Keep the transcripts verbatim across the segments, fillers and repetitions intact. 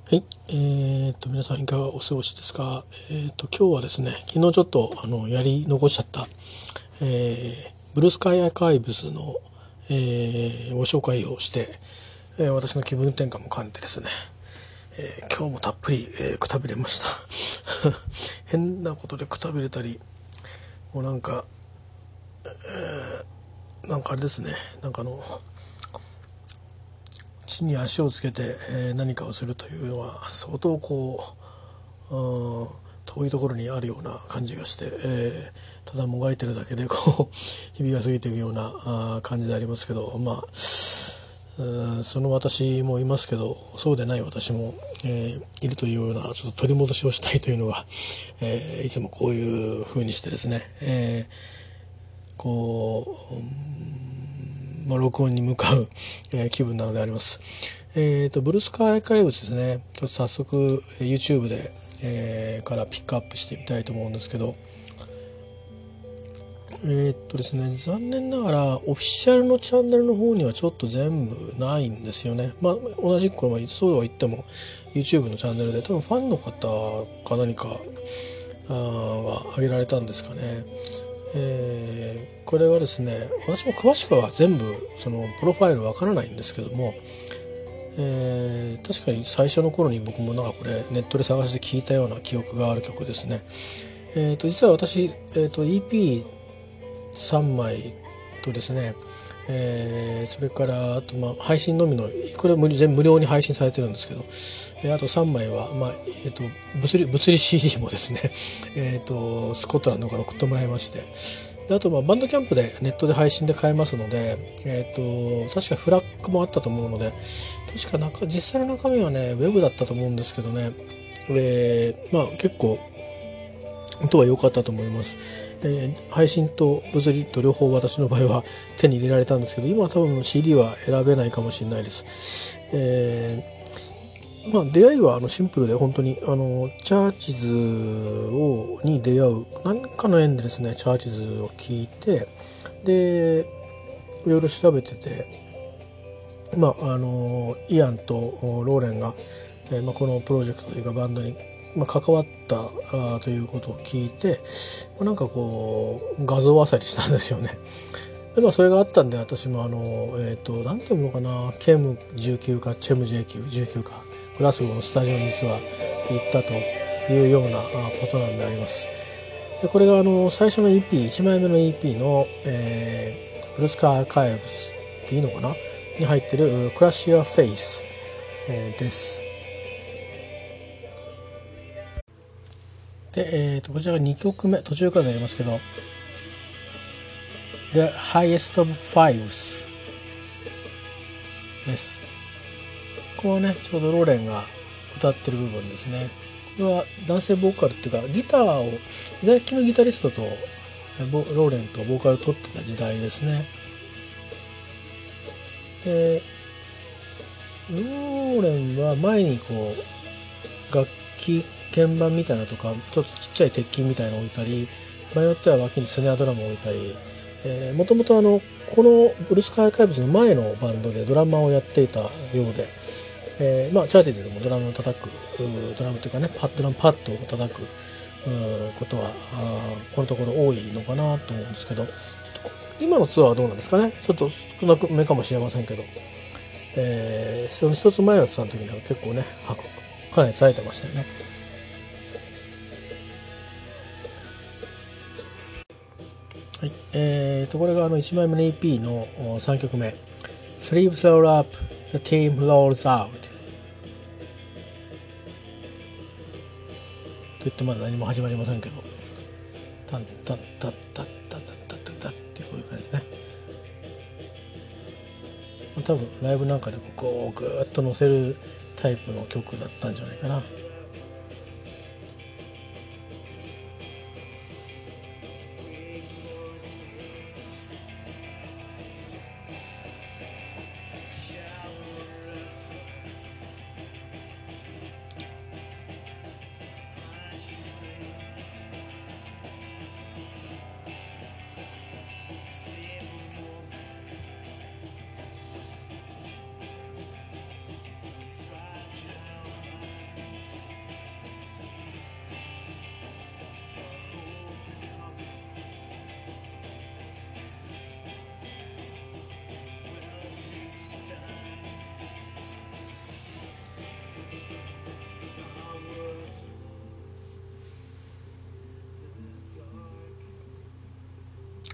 はい、えー、と皆さんいかがお過ごしですか。えー、と今日はですね、昨日ちょっとあのやり残しちゃった、えー、ブルースカイアーカイブスの、えー、ご紹介をして、えー、私の気分転換も兼ねてですね、えー、今日もたっぷり、えーくたびれました変なことでくたびれたり、もうなんか、えー、なんかあれですね、なんかあの地に足をつけて、えー、何かをするというのは相当こう、うん、遠いところにあるような感じがして、えー、ただもがいてるだけでこう日々が過ぎていくようなあ感じでありますけど、まあ、うん、その私もいますけど、そうでない私も、えー、いるというようなちょっと取り戻しをしたいというのが、えー、いつもこういう風にしてですね、えー、こう、まあ、録音に向かう、えー、気分なのであります。えーと、ブルースカイアーカイブスですね。ちょっと早速 YouTube で、えー、からピックアップしてみたいと思うんですけど、えー、っとですね、残念ながらオフィシャルのチャンネルの方にはちょっと全部ないんですよね。まあ同じく、そうは言っても YouTube のチャンネルで多分ファンの方か何かあが上げられたんですかね。えー、これはですね、私も詳しくは全部そのプロファイルわからないんですけども、えー、確かに最初の頃に僕もなんかこれネットで探して聞いたような記憶がある曲ですね。えー、と実は私、えー、と イーピーさんまいとですね、えー、それからあとまあ配信のみのこれは無全無料に配信されてるんですけど、えー、あとさんまいは、まあえー、と物理物理 シーディー もですねえとスコットランドから送ってもらいまして、であとまあバンドキャンプでネットで配信で買えますので、えー、と確かフラッグもあったと思うので、確か中実際の中身はねウェブだったと思うんですけどね、えー、まあ結構音は良かったと思います。えー、配信と物理と両方私の場合は手に入れられたんですけど、今は多分 シーディー は選べないかもしれないです。えー、まあ出会いはあのシンプルで、本当にあのチャーチズをに出会う何かの縁でですね、チャーチズを聞いて、でいろいろ調べてて、まああのイアンとローレンが、えーまあ、このプロジェクトというかバンドにまあ、関わったあということを聞いて、なんかこう画像漁りしたんですよね。で、まあ、それがあったんで、私もあのえっ、ー、と何ていうのかな、ケムじゅうきゅうかチェム ジェイキューじゅうきゅうかグラスゴーのスタジオに実は行ったというようなことなんであります。でこれがあの最初の イーピーいち 枚目の イーピーの、えー、ブルースカーアーカイブスっていいのかなに入ってるクラッシュアフェイス、えー、です。で、えー、とこちらがにきょくめ、途中からになりますけど The Highest of Fives です。ここはねちょうどローレンが歌ってる部分ですね。これは男性ボーカルっていうか、ギターを左利きのギタリストとローレンとボーカルを取ってた時代ですね。でローレンは前にこう楽器鍵盤みたいなとかちょっとちっちゃい鉄琴みたいなのを置いたり、場合によっては脇にスネアドラムを置いたり、もともとこのブルースカイアーカイブスの前のバンドでドラマーをやっていたようで、えーまあ、チャーチーズでもドラムを叩くドラムというかね、パッドラムパッドを叩くことはこのところ多いのかなと思うんですけど、今のツアーはどうなんですかね。ちょっと少なく目かもしれませんけど、えー、その一つ前のツアーの時には結構ねかなり冴えてましたよね。はい、えーとこれがあのいちまいめの イーピー のさんきょくめ Sleeves Roll Up The Team Rolls Out といってまだ何も始まりませんけど、タンタッタッタッタッタッタッタッタッってこういう感じね。多分ライブなんかでここをグーッと乗せるタイプの曲だったんじゃないかな。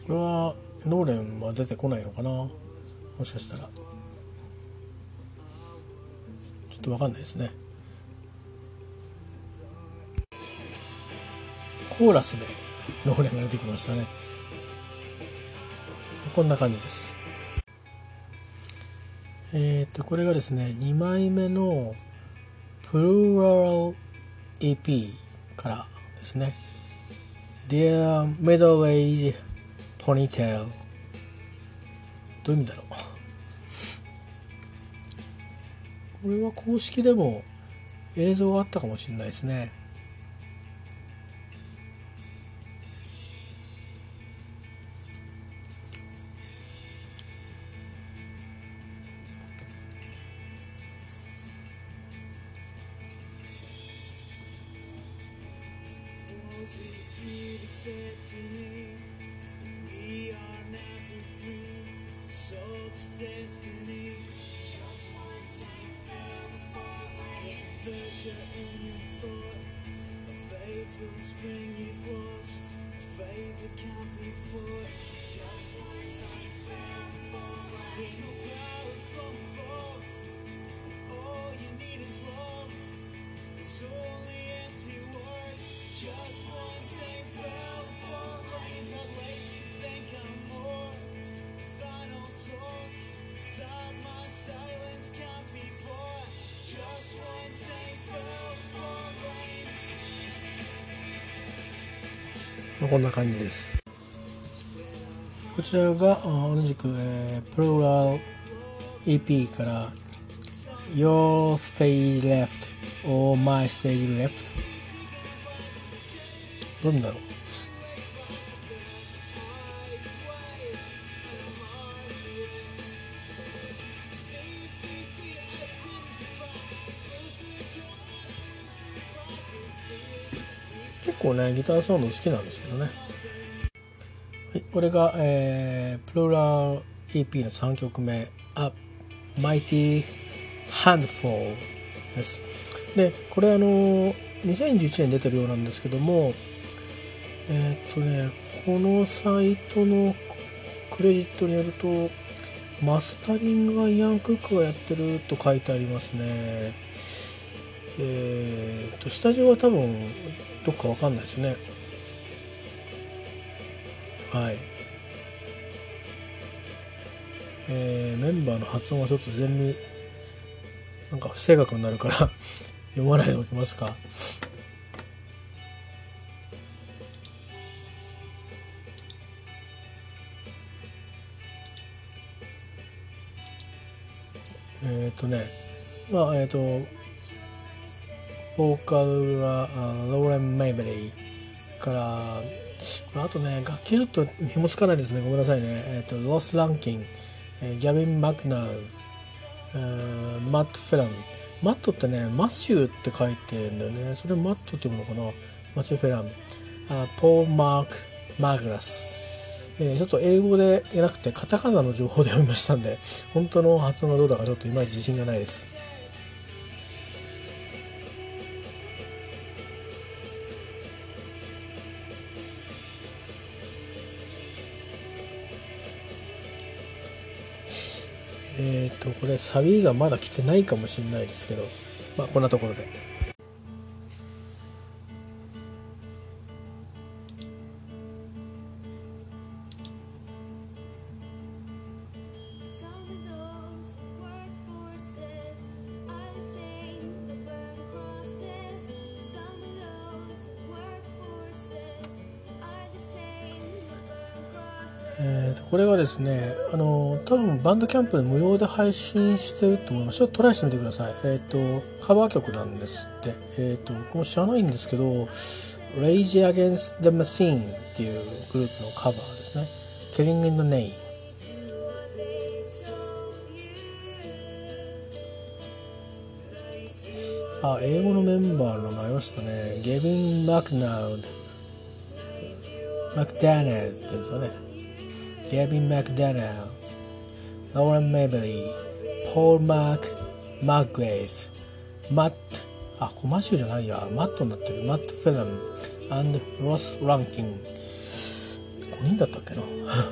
これはローレンは出てこないのかな、もしかしたら。ちょっと分かんないですね。コーラスでローレンが出てきましたね。こんな感じです。えっとこれがですねにまいめのプルーラル イーピー からですね。 Dear Middle Age Ponytail、 どういう意味だろうこれは公式でも映像があったかもしれないですね。こんな感じです。こちらが同じく、えー、プロラル イーピー から Your Stage Left or My Stage Left、 どうなんだろう。結構ねギターサウンド好きなんですけどね。はい、これが、えー、プロラル イーピー のさんきょくめ A Mighty Handful です。でこれあのにせんじゅういちねん出てるようなんですけども、えー、っとねこのサイトのクレジットによるとマスタリングはイアン・クックがやってると書いてありますね。えー、っとスタジオは多分どっかわかんないですね。はい、えー、メンバーの発音はちょっと全部なんか不正確になるから読まないでおきますか。えっ、ー、とねまあえっ、ー、とボーカルがローレン・メイベリーからあとね楽器ちょっと紐つかないですね、ごめんなさいね。えっ、ー、とロス・ランキン、えー、ギャビン・マクナウ、えー、マット・フェラン。マットってねマシューって書いてるんだよね。それマットっていうのかな。マシュー・フェラン、あポール・マーク・マグラス、えー、ちょっと英語でなくてカタカナの情報で読みましたんで本当の発音がどうだかちょっといまいち自信がないです。えっ、ー、とこれサビがまだ来てないかもしれないですけど、まあこんなところで。えー、とこれはですねあの多分バンドキャンプで無料で配信してると思います。ちょっとトライしてみてください。えっ、ー、とカバー曲なんですって。えっ、ー、と僕も知らないんですけど Rage Against the Machine っていうグループのカバーですね。 Killing in the Name。 あ、英語のメンバーの名前ありましたね。ゲビン・マクナウド、マクダナルっていうんですかね。ゲビン・マクダナル、ローレン・メイベリー、ポール・マーク・マーグレイズ、マット、あ、コマーシュルじゃないや、マットになってる、マット・フェラム、アンド・ロス・ランキング。 ごにんだったっけな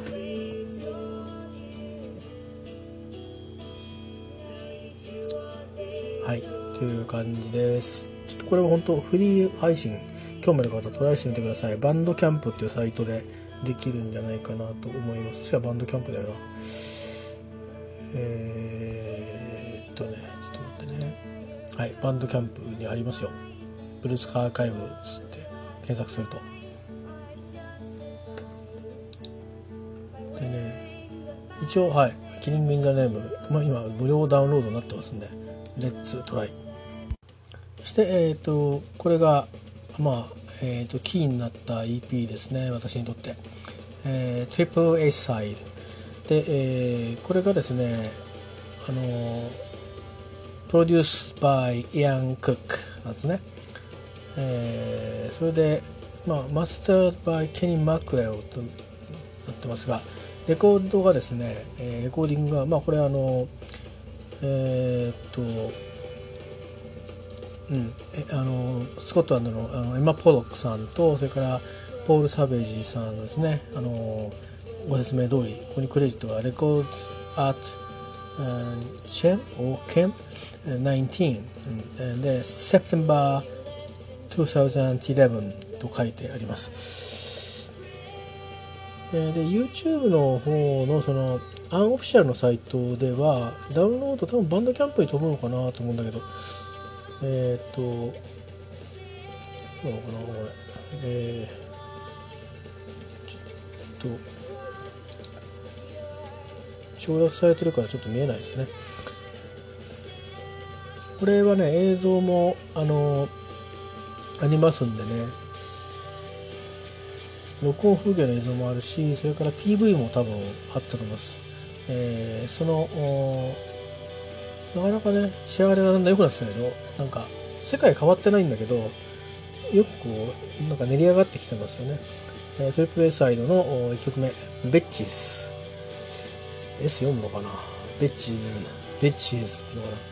はいという感じです。ちょっとこれは本当フリー配信興味ある方トライしてみてください。バンドキャンプっていうサイトでできるんじゃないかなと思います。確かバンドキャンプだよな。えー、っとねちょっと待ってね。はいバンドキャンプにありますよ。ブルースカーアーカイブって検索するとでね、一応はいキリングインザネーム、まあ、今無料ダウンロードになってますんでレッツトライ。そしてえっ、ー、とこれがまあえー、とキーになった イーピー ですね、私にとって、えー、トリプル A サイドで、えー、これがですねあのプロデュース by イアン・クックなんですね、えー、それで、まあ、マスター by ケニー・マクレオとなってますが、レコードがですね、えー、レコーディングがまあこれあのえー、っとうん、えあのスコットランド の, あのエマ・ポロックさんとそれからポール・サベージさんですね、あのご説明通りここにクレジットがレコードアートチェム or ケムじゅうきゅうで セプテンバーにせんじゅういちと書いてあります。で YouTube の方のそのアンオフィシャルのサイトではダウンロード多分バンドキャンプに飛ぶのかなと思うんだけど、えっ、ー、とどうなのかなこれ、えー、ちょっと省略されてるからちょっと見えないですね。これはね映像もあのありますんでね、録音風景の映像もあるし、それから ピーブイ も多分あったと思います。えー、そのなかなかね仕上がりがだんだん良くなってたけど、なんか世界変わってないんだけどよくこうなんか練り上がってきてますよね。えー、トリプル A サイドのいっきょくめベッチーズ S 読むのかな、ベッチーズベッチーズっていうのかな。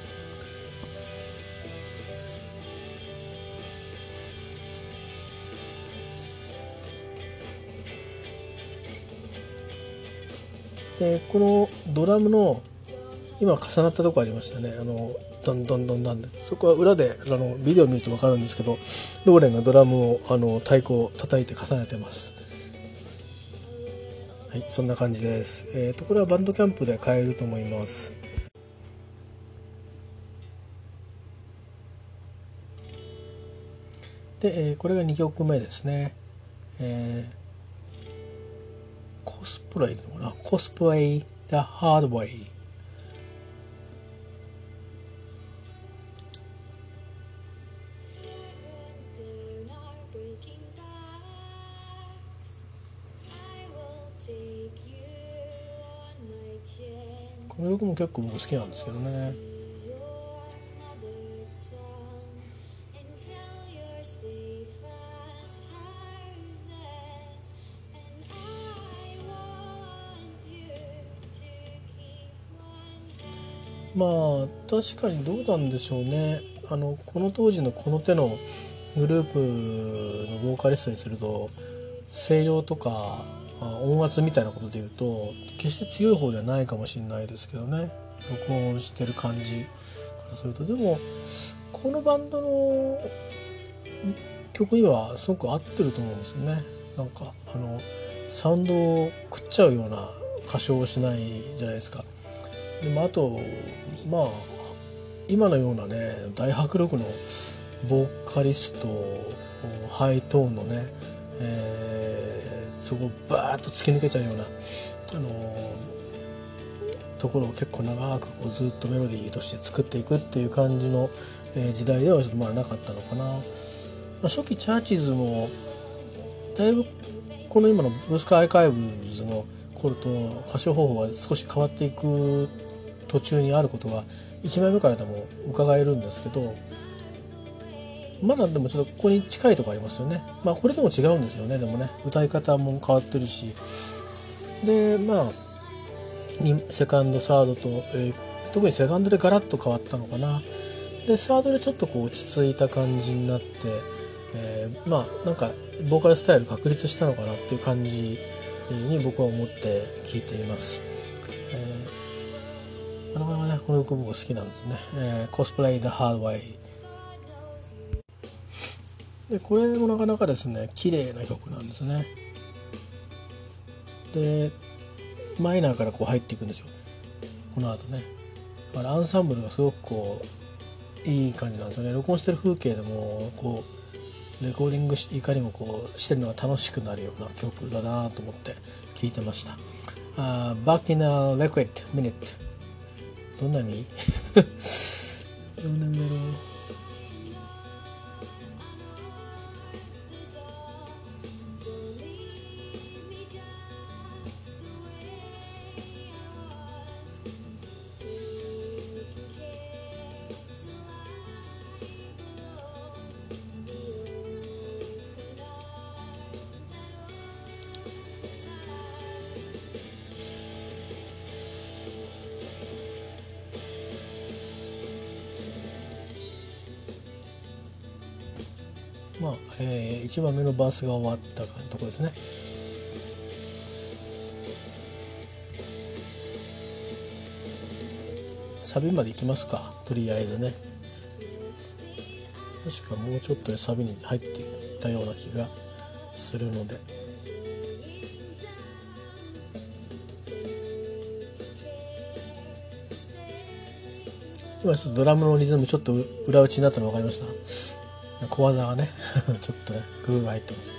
でこのドラムの今重なったとこありましたね、あのドンドンドンドンで、そこは裏であのビデオ見ると分かるんですけど、ローレンがドラムをあの太鼓を叩いて重ねてます。はい、そんな感じです。えーとこれはバンドキャンプで買えると思います。で、えー、これがにきょくめですね。えー、コスプレイのかな、コスプレイ The Hard Way。この曲も結構僕好きなんですけどね。まあ確かにどうなんでしょうね。あのこの当時のこの手のグループのボーカリストにすると声量とか音圧みたいなことで言うと決して強い方ではないかもしれないですけどね、録音してる感じからすると。でもこのバンドの曲にはすごく合ってると思うんですよね。なんかあのサウンドを食っちゃうような歌唱をしないじゃないですか。でもあとまあ今のようなね大迫力のボーカリストハイトーンのね、えー、そこをバーッと突き抜けちゃうような、あのー、ところを結構長くこうずっとメロディーとして作っていくっていう感じの、えー、時代ではまあなかったのかな。まあ、初期チャーチーズもだいぶこの今のブルースカーアーカイブズの頃と歌唱方法が少し変わっていく途中にあることがいちまいめからでも伺えるんですけど、まだでもちょっとここに近いところありますよね。まあこれでも違うんですよね。でもね歌い方も変わってるし、でまあセカンドサードと、えー、特にセカンドでガラッと変わったのかな。でサードでちょっとこう落ち着いた感じになって、えー、まあなんかボーカルスタイル確立したのかなっていう感じに僕は思って聴いています。えー、なかなかねこの曲僕好きなんですね。えー、コスプレイ The Hard Way で、これもなかなかですね綺麗な曲なんですね。でマイナーからこう入っていくんですよ、この後ね。だからアンサンブルがすごくこういい感じなんですよね。録音してる風景でもこうレコーディングしいかにもこうしてるのが楽しくなるような曲だなと思って聴いてました。あ Back in a Liquid Minute どんな意味どんな意味だろう。まあ、えー、いちばんめのバースが終わったところですね。サビまで行きますか、とりあえずね。確かもうちょっとでサビに入っていったような気がするので、今ちょっとドラムのリズムちょっと裏打ちになったの分かりました。小技がねちょっとね工夫が入ってます。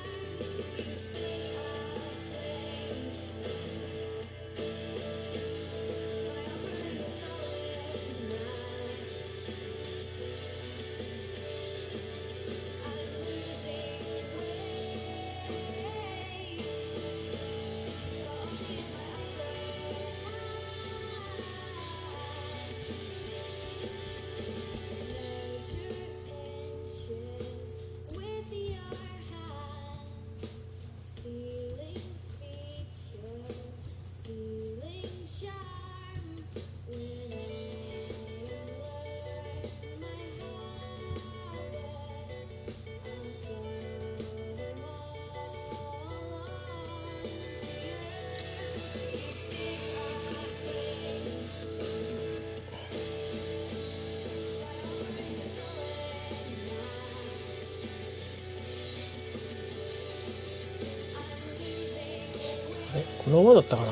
えこのままだったかな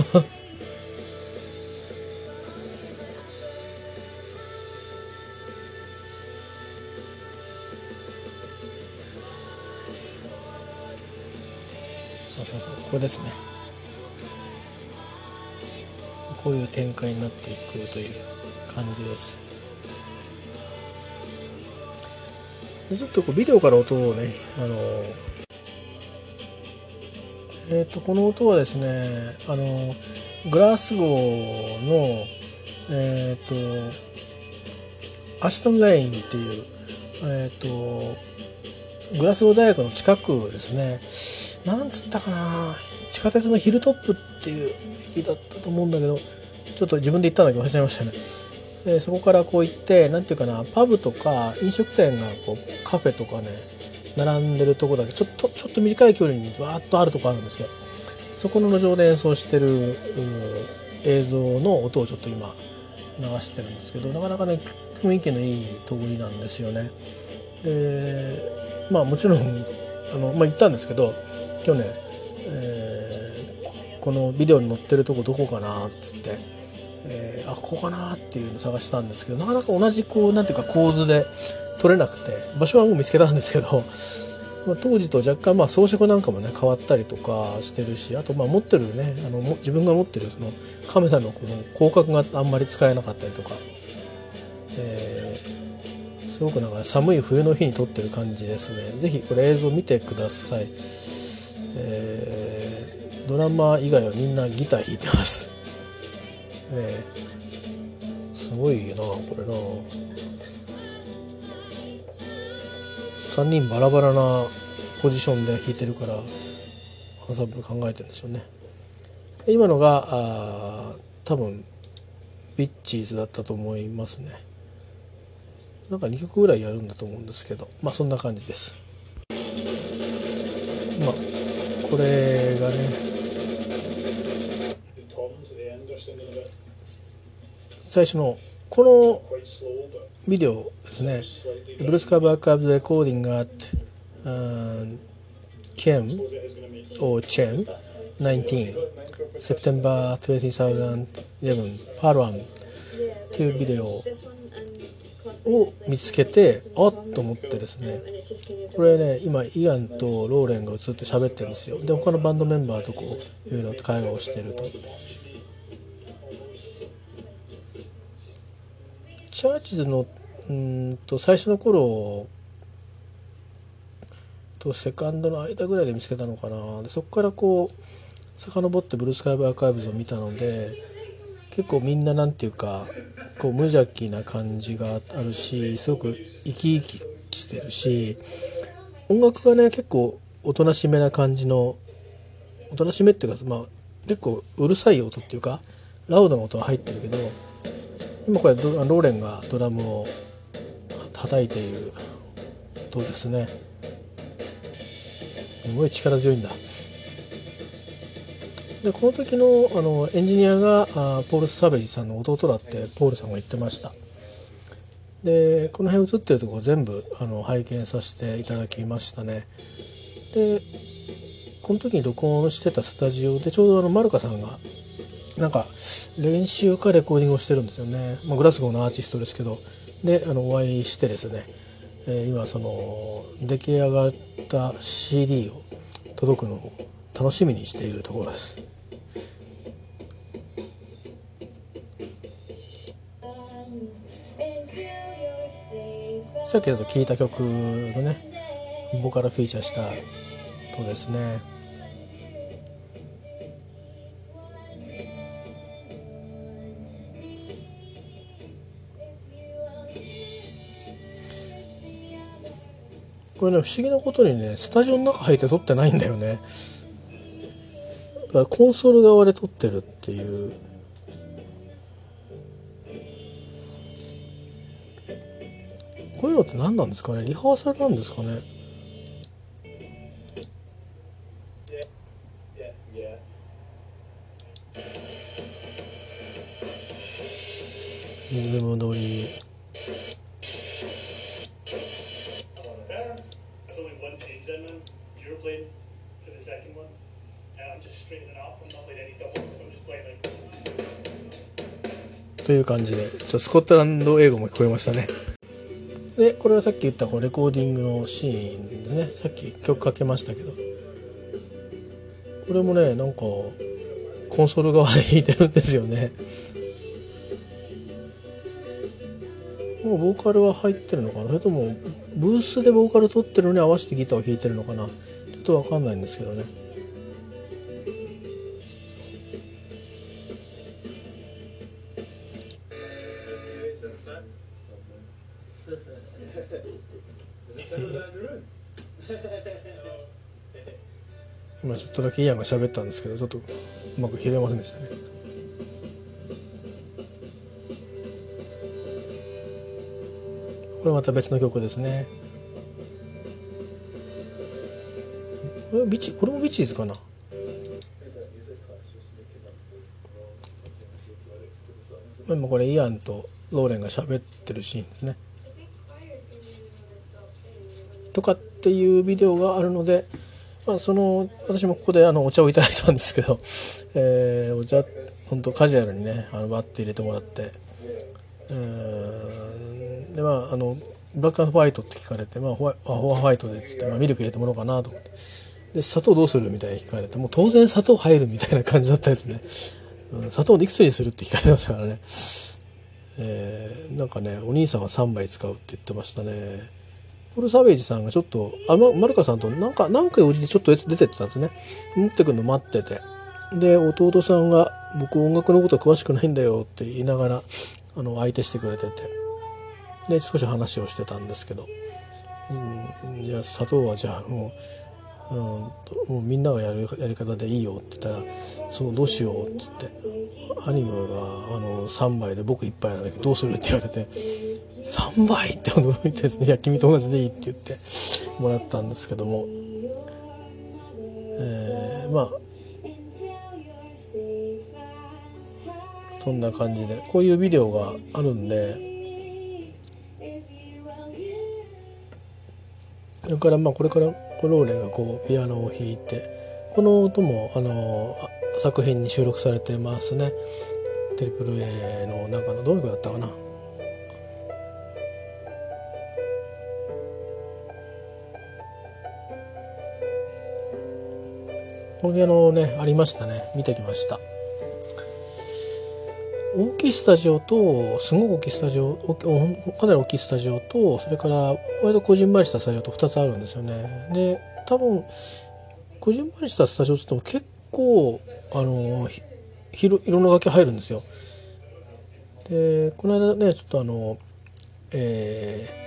そうそうそう、ここですね。こういう展開になっていくという感じです。でちょっとこうビデオから音をね、あのえー、とこの音はですね、あのグラスゴーのえっ、ー、とアシュトンレインっていう、えっ、ー、とグラスゴー大学の近くですね。なんつったかな、地下鉄のヒルトップっていう駅だったと思うんだけど、ちょっと自分で行ったんだけど忘れちゃいましたね。でそこからこう行って、なんていうかな、パブとか飲食店がこうカフェとかね並んでるとこだけちょっとちょっと短い距離にわーっとあるとこあるんですよ。そこの路上で演奏してる映像の音をちょっと今流してるんですけど、なかなかね雰囲気のいい通りなんですよね。でまあもちろんあの、まあ、行ったんですけど去年、えー、このビデオに載ってるとこどこかなっつって、えー、あここかなっていうのを探したんですけど、なかなか同じこうなんていうか構図で撮れなくて、場所はもう見つけたんですけどまあ、当時と若干まあ装飾なんかもね変わったりとかしてるし、あとまあ持ってるねあの自分が持ってるそのカメラのこの広角があんまり使えなかったりとか、えー、すごくなんか寒い冬の日に撮ってる感じですね。ぜひこれ映像見てください。えー、ドラマー以外はみんなギター弾いてます。ね、すごいなこれな。さんにんバラバラなポジションで弾いてるからアンサンブル考えてるんでしょうね。今のがあ多分ビッチーズだったと思いますね。なんかにきょくぐらいやるんだと思うんですけど、まあそんな感じです。まあこれがね最初のこのビデオですね。ブルースカイブアーカイブズレコーディング at Kim or Chen nineteen September twenty eleven Part oneというビデオを見つけて、あっと思ってですね、これね今イアンとローレンが映って喋ってるんですよ。で他のバンドメンバーとこういろいろと会話をしていると。チャーチズのうんと最初の頃とセカンドの間ぐらいで見つけたのかな。でそこからこう遡ってブルースカイブアーカイブズを見たので、結構みんななんていうかこう無邪気な感じがあるし、すごく生き生きしてるし、音楽がね結構おとなしめな感じの、おとなしめっていうか、まあ結構うるさい音っていうかラウドな音が入ってるけど、今これローレンがドラムを叩いている音ですね。すごい力強いんだ。でこの時の、あのエンジニアがあポール・サベージさんの弟だってポールさんが言ってました。でこの辺映ってるところ全部あの拝見させていただきましたね。でこの時に録音してたスタジオでちょうどあのマルカさんがなんか練習かレコーディングをしてるんですよね。まあ、グラスゴーのアーティストですけど、であのお会いしてですね、えー、今その出来上がった シーディー を届くのを楽しみにしているところです。さっきだと聴いた曲のねボカルフィーチャーしたとですね。これね不思議なことにねスタジオの中入って撮ってないんだよね。だからコンソール側で撮ってるっていう。こういうのって何なんですかね。リハーサルなんですかね。リズム取り。という感じで、ちょっとスコットランド英語も聞こえましたね。でこれはさっき言ったこうレコーディングのシーンですね。さっき曲かけましたけど、これもねなんかコンソール側で弾いてるんですよね。もうボーカルは入ってるのかな、それともブースでボーカル取ってるのに合わせてギターを弾いてるのかな、ちょっと分かんないんですけどね。今ちょっとだけイアンが喋ったんですけど、ちょっとうまく拾えませんでしたね。これまた別の曲ですね。これビチこれもビチーズかな。今これイアンとローレンが喋ってるシーンですね。とかっていうビデオがあるので、まあ、その私もここであのお茶をいただいたんですけど、えー、お茶本当カジュアルにねあのバッて入れてもらって、えー、でまああのブラック&ホワイトって聞かれて、まあ、ホワホワイトでっつって、まあ、ミルク入れてもらおうかなと思って、で砂糖どうするみたいに聞かれて、もう当然砂糖入るみたいな感じだったですね。うん、砂糖いくつにするって聞かれましたからね。えー、なんかねお兄さんはさんばい使うって言ってましたね。ポール・サベージさんがちょっとあ、ま、マルカさんとなんか何回おじにちょっと出てってたんですね。持ってくるの待ってて、で弟さんが僕音楽のこと詳しくないんだよって言いながらあの相手してくれてて、で少し話をしてたんですけど、うん、いや砂糖はじゃあもう、うん、もうみんながやるやり方でいいよって言ったら、そうどうしようって言って、兄があのさんばいで僕いっぱいなんだけどどうするって言われて、さんばいって驚いてですね、いや君と同じでいいって言ってもらったんですけども、えー、まあそんな感じでこういうビデオがあるんで、それからまあこれからローレンがこうピアノを弾いて、この音もあの作品に収録されてますね。トリプル A の中のどういう曲だったかな。このピアノねありましたね。見てきました。大きいスタジオとすごく大きいスタジオ、かなり大きいスタジオと、それから割とこじんまりしたスタジオとふたつあるんですよね。で多分こじんまりしたスタジオって言っても結構あのひろいろんな楽器入るんですよ。でこの間ねちょっとあのえ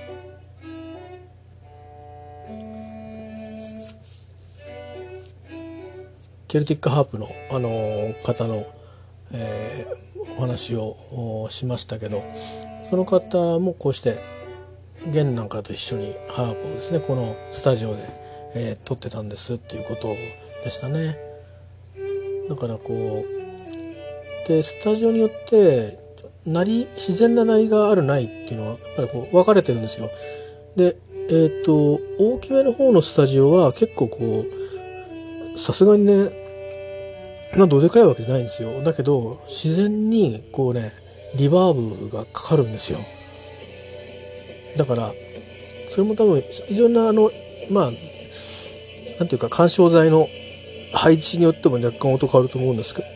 ー、ケルティックハープのあの方の、えー、お話をしましたけど、その方もこうして弦なんかと一緒にハープをですねこのスタジオで、えー、撮ってたんですっていうことでしたね。だからこうでスタジオによって鳴り自然な鳴りがあるないっていうのはやっぱりこう分かれてるんですよ。でえー、と大きめの方のスタジオは結構こうさすがにねなんどでかいわけじゃないんですよ。だけど自然にこうねリバーブがかかるんですよ。だからそれも多分非常にあのまあなんていうか緩衝材の配置によっても若干音変わると思うんですけど、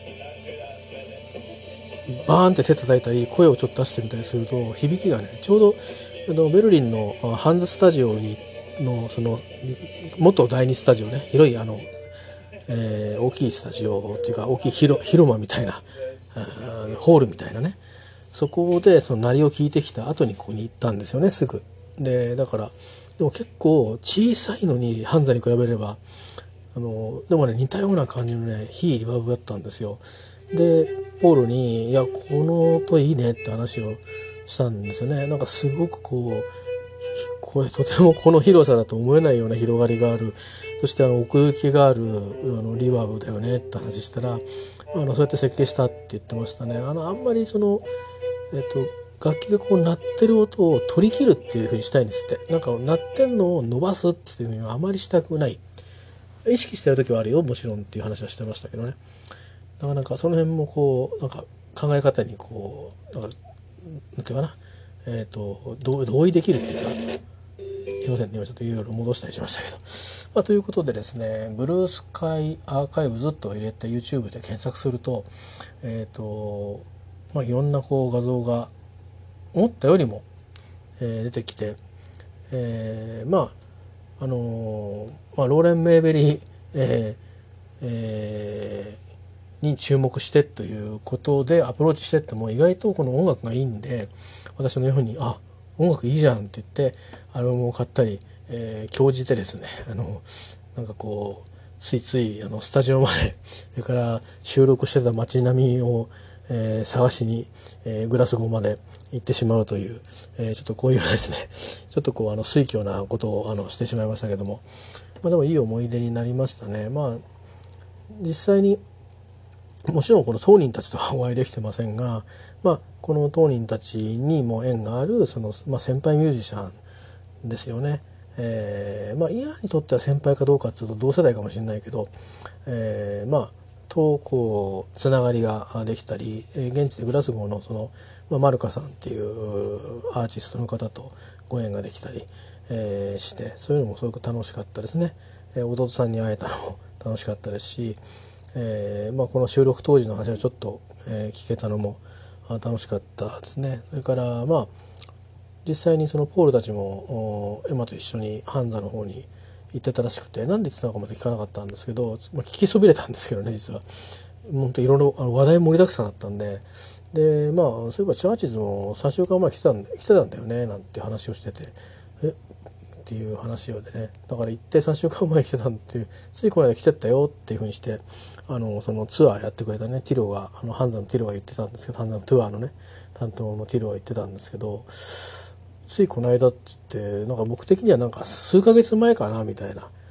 バーンって手叩いたり声をちょっと出してみたりすると響きがねちょうどあのベルリンのハンズスタジオにのその元第二スタジオね、広いあの、えー、大きいスタジオっていうか大きい 広, 広間みたいなホールみたいなね、そこでその鳴りを聞いてきた後にここに行ったんですよねすぐで。だからでも結構小さいのにハンザに比べればあのでもね似たような感じのね非リバーブだったんですよ。でポールに「いやこの音いいね」って話をしたんですよね。なんかすごくこうこれとてもこの広さだと思えないような広がりがある、そしてあの奥行きがあるあのリバーブだよねって話したら、あのそうやって設計したって言ってましたね。あのあんまりそのえっと楽器がこう鳴ってる音を取り切るっていう風にしたいんですって。なんか鳴ってんのを伸ばすっていう風にはあまりしたくない。意識してる時はあるよもちろんっていう話はしてましたけどね。なかなかその辺もこうなんか考え方にこうなんかなんていうかな、えっと同意できるっていうか、すいませんね今ちょっといろいろ戻したりしましたけど、まあ、ということでですねブルースカイアーカイブズと入れて YouTube で検索するとえっ、ー、とまあいろんなこう画像が思ったよりも、えー、出てきて、えー、まああのー、まあローレン・メイベリー、えーえーに注目してということでアプローチしてっても意外とこの音楽がいいんで、私のようにあ音楽いいじゃんって言ってアルバムを買ったり、えー、興じてですねあのなんかこうついついあのスタジオまでそれから収録してた街並みを、えー、探しに、えー、グラスゴーまで行ってしまうという、えー、ちょっとこういうですねちょっとこうあの推挙なことをあのしてしまいましたけども、まあ、でもいい思い出になりましたね。まあ実際にもちろんこの当人たちとはお会いできてませんが、まあ、この当人たちにも縁があるその、まあ、先輩ミュージシャンですよね。えー、まあイアンにとっては先輩かどうかっていうと同世代かもしれないけど、えー、まあとこうつながりができたり、現地でグラスゴーのその、まあ、マルカさんっていうアーティストの方とご縁ができたり、えー、してそういうのもすごく楽しかったですね。えー、弟さんに会えたのも楽しかったですし、えーまあ、この収録当時の話をちょっと、えー、聞けたのも楽しかったですね。それからまあ実際にそのポールたちもエマと一緒にハンザの方に行ってたらしくて、なんで言ってたのかまで聞かなかったんですけど、まあ、聞きそびれたんですけどね実は。本当いろいろ話題盛りだくさんだったんで、でまあそういえばチャーチズもさんしゅうかんまえ来てたんで来てたんだよねなんて話をしてて、えっていう話をでね、だから行ってさんしゅうかんまえに来てたんっていう、ついこの間来てったよっていうふうにしてあのそのツアーやってくれたねティロがあのハンザのティロが言ってたんですけど、ハンザのツアーのね担当のティロが言ってたんですけど、ついこの間って言ってなんか僕的にはなんか数ヶ月前かなみたいな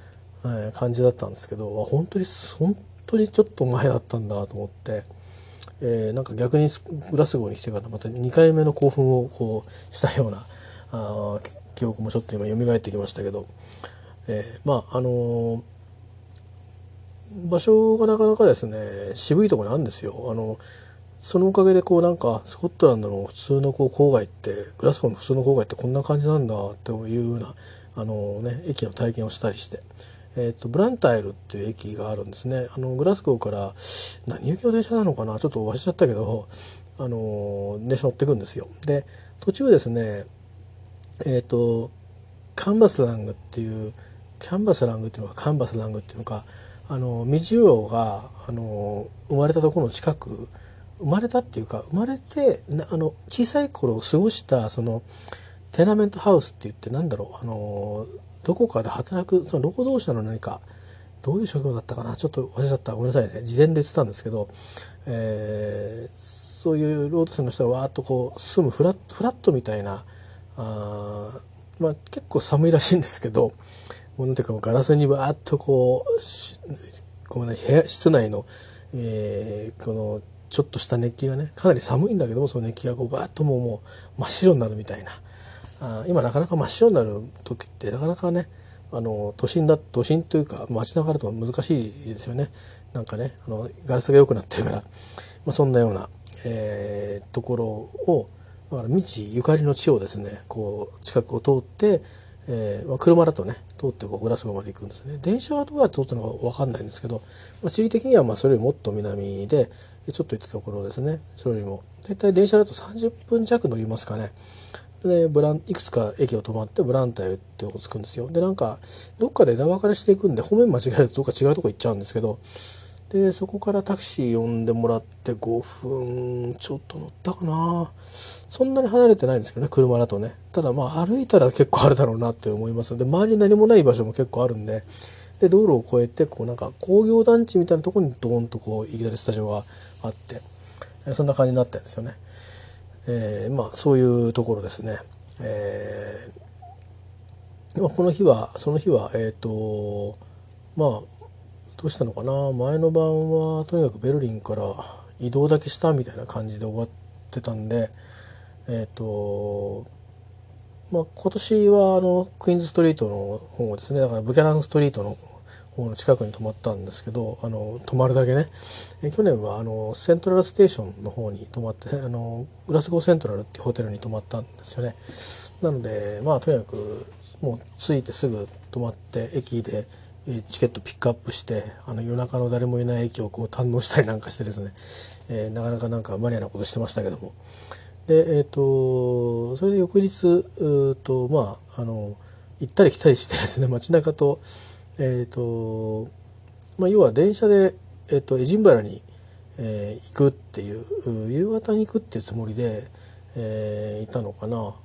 えー感じだったんですけど、あ本当に本当にちょっと前だったんだと思って、えーなんか逆にグラスゴーに来てからまたにかいめの興奮をこうしたようなあ記憶もちょっと今蘇ってきましたけど、えーまああのー場所がなかなかですね渋いところにあるんですよ。あのそのおかげでこうなんかスコットランドの普通のこう郊外ってグラスゴーの普通の郊外ってこんな感じなんだっていうようなあの、ね、駅の体験をしたりして、えー、とブランタイルっていう駅があるんですね。あのグラスゴーから何行きの電車なのかなちょっと忘れちゃったけど、あの電車乗ってくんですよ。で途中ですねえっ、とカンバスラングっていうキャンバスラングっていうのかカンバスラングっていうのかあの道郎があの生まれたところの近く生まれたっていうか生まれてあの小さい頃を過ごしたそのテナメントハウスって言ってなんだろうあのどこかで働くその労働者の何かどういう職業だったかなちょっと忘れちゃったごめんなさいね自伝で言ってたんですけど、えー、そういう労働者の人がわーっとこう住むフラットフラットみたいなあまあ結構寒いらしいんですけどもうなんていうかガラスにわーっとこうしこう、ね、部屋室内の、えー、このちょっとした熱気がねかなり寒いんだけどもその熱気がこうバーッともうもう真っ白になるみたいなあ今なかなか真っ白になる時ってなかなかねあの都心だ都心というか街中だと難しいですよね。なんかねあのガラスが良くなってるから、まあ、そんなような、えー、ところをだから未知ゆかりの地をですねこう近くを通って、えーまあ、車だとね通ってこうグラスゴーまで行くんですね。電車はどうやって通ったのか分かんないんですけど、まあ、地理的にはまあそれよりもっと南でちょっと行ったところですね。それよりも大体電車だとさんじゅっぷん弱乗りますかね。でブランいくつか駅を止まってブランタイルってとこ着くんですよ。でなんかどっかで枝分かれしていくんで方面間違えるとどっか違うとこ行っちゃうんですけど、でそこからタクシー呼んでもらってごふんちょっと乗ったかな。そんなに離れてないんですけどね車だとね。ただまあ歩いたら結構あるだろうなって思いますので周りに何もない場所も結構あるんで、で道路を越えてこうなんか工業団地みたいなところにドーンとこういきなりスタジオがあってそんな感じになったんですよね。えー、まあそういうところですね。えー、この日はその日はえっ、ー、とまあどうしたのかな前の晩はとにかくベルリンから移動だけしたみたいな感じで終わってたんでえっ、ー、とまあ今年はあのクイーンズストリートの方ですねだからブキャナンストリートの方の近くに泊まったんですけどあの泊まるだけねえ去年はあのセントラルステーションの方に泊まってあのグラスゴーセントラルっていうホテルに泊まったんですよね。なのでまあとにかくもう着いてすぐ泊まって駅でチケットピックアップしてあの夜中の誰もいない駅をこう堪能したりなんかしてですね、えー、なかなかなんかマニアなことしてましたけどもでえっ、ー、とそれで翌日うとまああの行ったり来たりしてですね街中とえっ、ー、とまあ要は電車で、えー、とエジンバラに、えー、行くっていう夕方に行くっていうつもりで、えー、いたのかなあ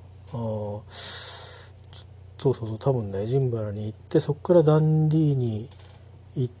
そうそうそう多分ねエジンバラに行ってそこからダンディーに行って、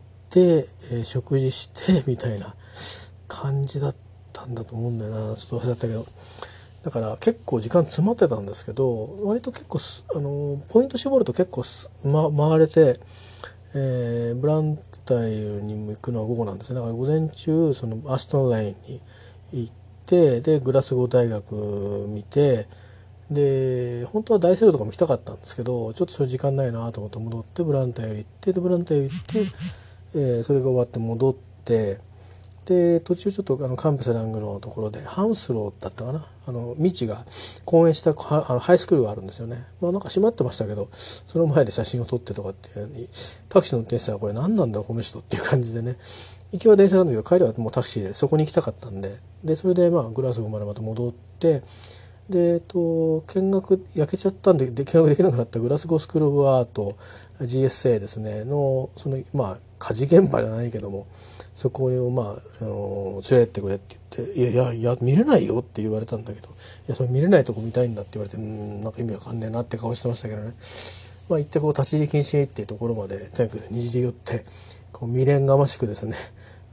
えー、食事してみたいな感じだったんだと思うんだよなちょっと忘れちゃったけどだから結構時間詰まってたんですけど割と結構あのポイント絞ると結構、ま、回れて、えー、ブランタイルにも行くのは午後なんですね。だから午前中そのアストンラインに行ってでグラスゴー大学見てで本当は大聖堂とかも行きたかったんですけどちょっとそれ時間ないなと思って戻ってブランタイル行ってでブランタイル行って、えー、それが終わって戻ってで途中ちょっとあのカンプセラングのところでハンスローだったかなあのミチが講演したあのハイスクールがあるんですよね。まあなんか閉まってましたけどその前で写真を撮ってとかっていうのにタクシーの運転手さんがこれ何なんだろうこの人っていう感じでね行きは電車なんだけど帰りはもうタクシーでそこに行きたかったんででそれでまあグラスゴーまでまた戻ってでえっと見学焼けちゃったんで見学できなくなったグラスゴースクール・オブ・アート ジーエスエー ですねのそのまあ火事現場じゃないけどもそこをまあ、あの連れてってくれって言って「いやいやいや見れないよ」って言われたんだけど「いやそれ見れないとこ見たいんだ」って言われてうんなんか意味わかんねえなって顔してましたけどね。まあ行ってこう立ち入り禁止っていうところまでとにかくにじり寄ってこう未練がましくですね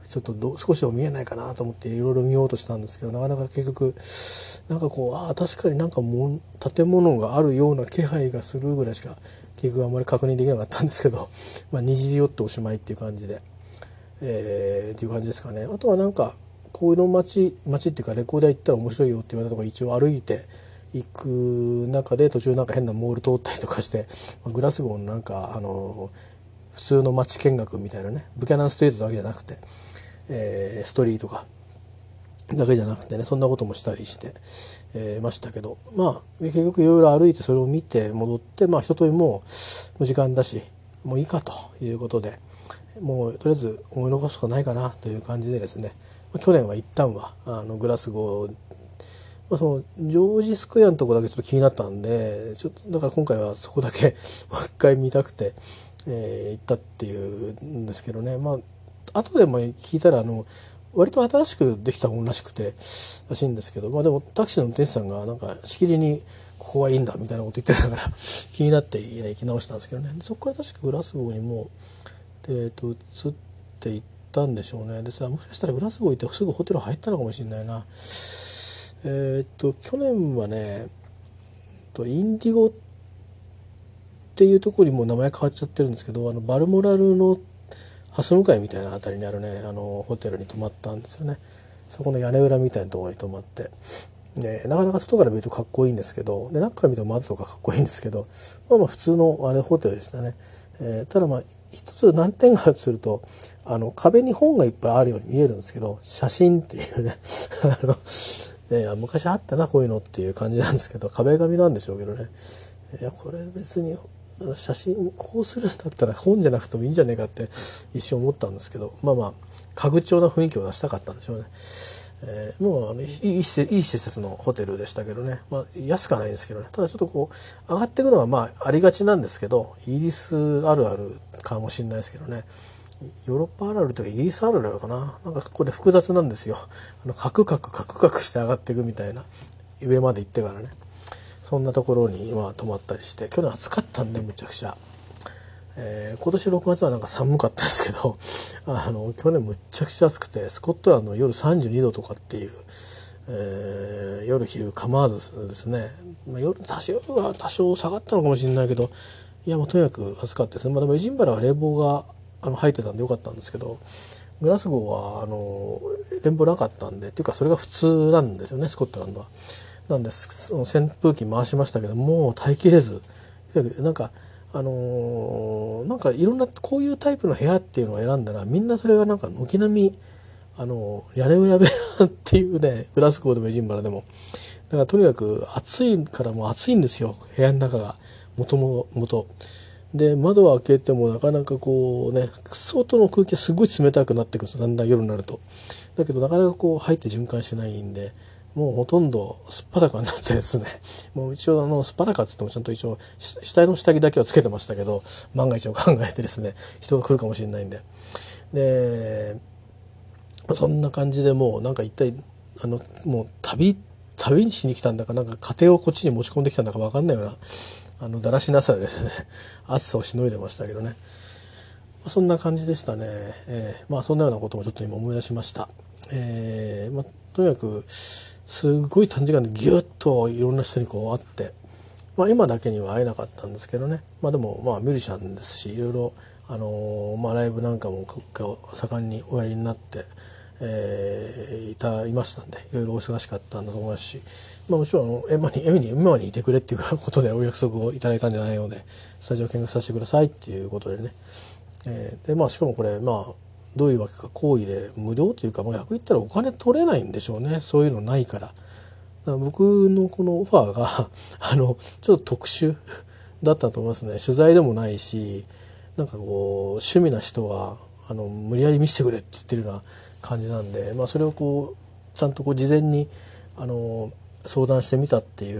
ちょっとど少しでも見えないかなと思っていろいろ見ようとしたんですけど、なかなか結局なんかこうああ確かになんかもう建物があるような気配がするぐらいしか結局あまり確認できなかったんですけど、まあ、にじり寄っておしまいっていう感じで、えー、っていう感じですかね。あとはなんかこういうの街街っていうかレコーダー行ったら面白いよって言われたとこ一応歩いて行く中で途中なんか変なモール通ったりとかして、グラスゴーのなんかあの普通の街見学みたいなね、ブキャナンストリートだけじゃなくて、えー、ストリートがだけじゃなくてね、そんなこともしたりして、えー、ましたけど、まあ結局いろいろ歩いてそれを見て戻って、まあ一通りもう時間だしもういいかということで、もうとりあえず思い残すことないかなという感じでですね、まあ、去年は一旦はあのグラスゴー、まあ、そのジョージスクエアのとこだけちょっと気になったんで、ちょっとだから今回はそこだけもう一回見たくて、えー、行ったっていうんですけどね。まあ後でも聞いたらあの割と新しくできたものらしくてらしいんですけど、まあでもタクシーの運転手さんがなんかしきりにここはいいんだみたいなこと言ってたから気になって行き直したんですけどね。そこから確かグラスゴーにもう、えー、と移っていったんでしょうね。でさ、もしかしたらグラスゴー行ってすぐホテル入ったのかもしれないな。えっ、ー、と去年はねインディゴっていうところにもう名前変わっちゃってるんですけど、あのバルモラルの蓮向かいみたいなあたりにあるね、あのホテルに泊まったんですよね。そこの屋根裏みたいなところに泊まって、でなかなか外から見るとかっこいいんですけど、で中から見ると窓とかかっこいいんですけど、まあまあ普通のあれホテルでしたね。えー、ただまあ一つ難点があるとすると、あの壁に本がいっぱいあるように見えるんですけど、写真っていうねあのね、昔あったなこういうのっていう感じなんですけど、壁紙なんでしょうけどね、いやこれ別に写真こうするんだったら本じゃなくてもいいんじゃねえかって一瞬思ったんですけど、まあまあ家具調な雰囲気を出したかったんでしょうね。えー、もうあのいい施設、いい施設のホテルでしたけどね、まあ、安くはないんですけどね、ただちょっとこう上がっていくのはまあありがちなんですけど、イギリスあるあるかもしれないですけどね、ヨーロッパあるあるというかイギリスあるあるかな、なんかこれ複雑なんですよ。あのカクカクカクカクして上がっていくみたいな、上まで行ってからね、そんなところに今泊まったりして、去年暑かったんでむちゃくちゃ、えー、今年ろくがつはなんか寒かったですけどあの去年むっちゃくちゃ暑くて、スコットランドの夜さんじゅうにどとかっていう、えー、夜昼構わずですね、まあ、夜多少は多少下がったのかもしれないけど、いやもうとにかく暑かったですね。まあ、でもエジンバラは冷房があの入ってたんでよかったんですけど、グラスゴーはあの冷房なかったんで、っていうかそれが普通なんですよね、スコットランドは。なんです、その扇風機回しましたけどもう耐えきれず、なんかあのー、なんかいろんなこういうタイプの部屋っていうのを選んだらみんなそれがなんか軒並みあの屋根裏部屋っていうね、グラスゴーでもエジンバラでもだからとにかく暑いからもう暑いんですよ、部屋の中がもともとで、窓を開けてもなかなかこうね、外の空気がすごい冷たくなってくるんです、だんだん夜になると。だけどなかなかこう入って循環しないんで、もうほとんどすっぱだかになってですね、もう一応あのすっぱだかって言ってもちゃんと一応下の下着だけはつけてましたけど、万が一を考えてですね、人が来るかもしれないんで、でそんな感じでもうなんか一体あのもう旅旅にしに来たんだか、なんか家庭をこっちに持ち込んできたんだか分かんないようなあのだらしなさでですね暑さをしのいでましたけどね、そんな感じでしたね。えー、まあそんなようなこともちょっと今思い出しました。えーまあ、とにかくすごい短時間でギュッといろんな人にこう会って、まあ、今だけには会えなかったんですけどね、まあ、でもまあミュージシャンですし、いろいろ、あのーまあ、ライブなんかも盛んにおやりになって、えー、いたいましたんで、いろいろお忙しかったんだと思いますし、まあ、もちろんエマにエマにエマにいてくれっていうことでお約束をいただいたんじゃないので、スタジオ見学させてくださいっていうことでね、えー、でまあしかもこれまあどういうわけか行為で無料というか、まあ、逆言ったらお金取れないんでしょうね、そういうのないから。だから僕のこのオファーがあのちょっと特殊だったと思いますね。取材でもないし、なんかこう趣味な人はあの無理やり見せてくれって言ってるような感じなんで、まあ、それをこうちゃんとこう事前にあの相談してみたっていう、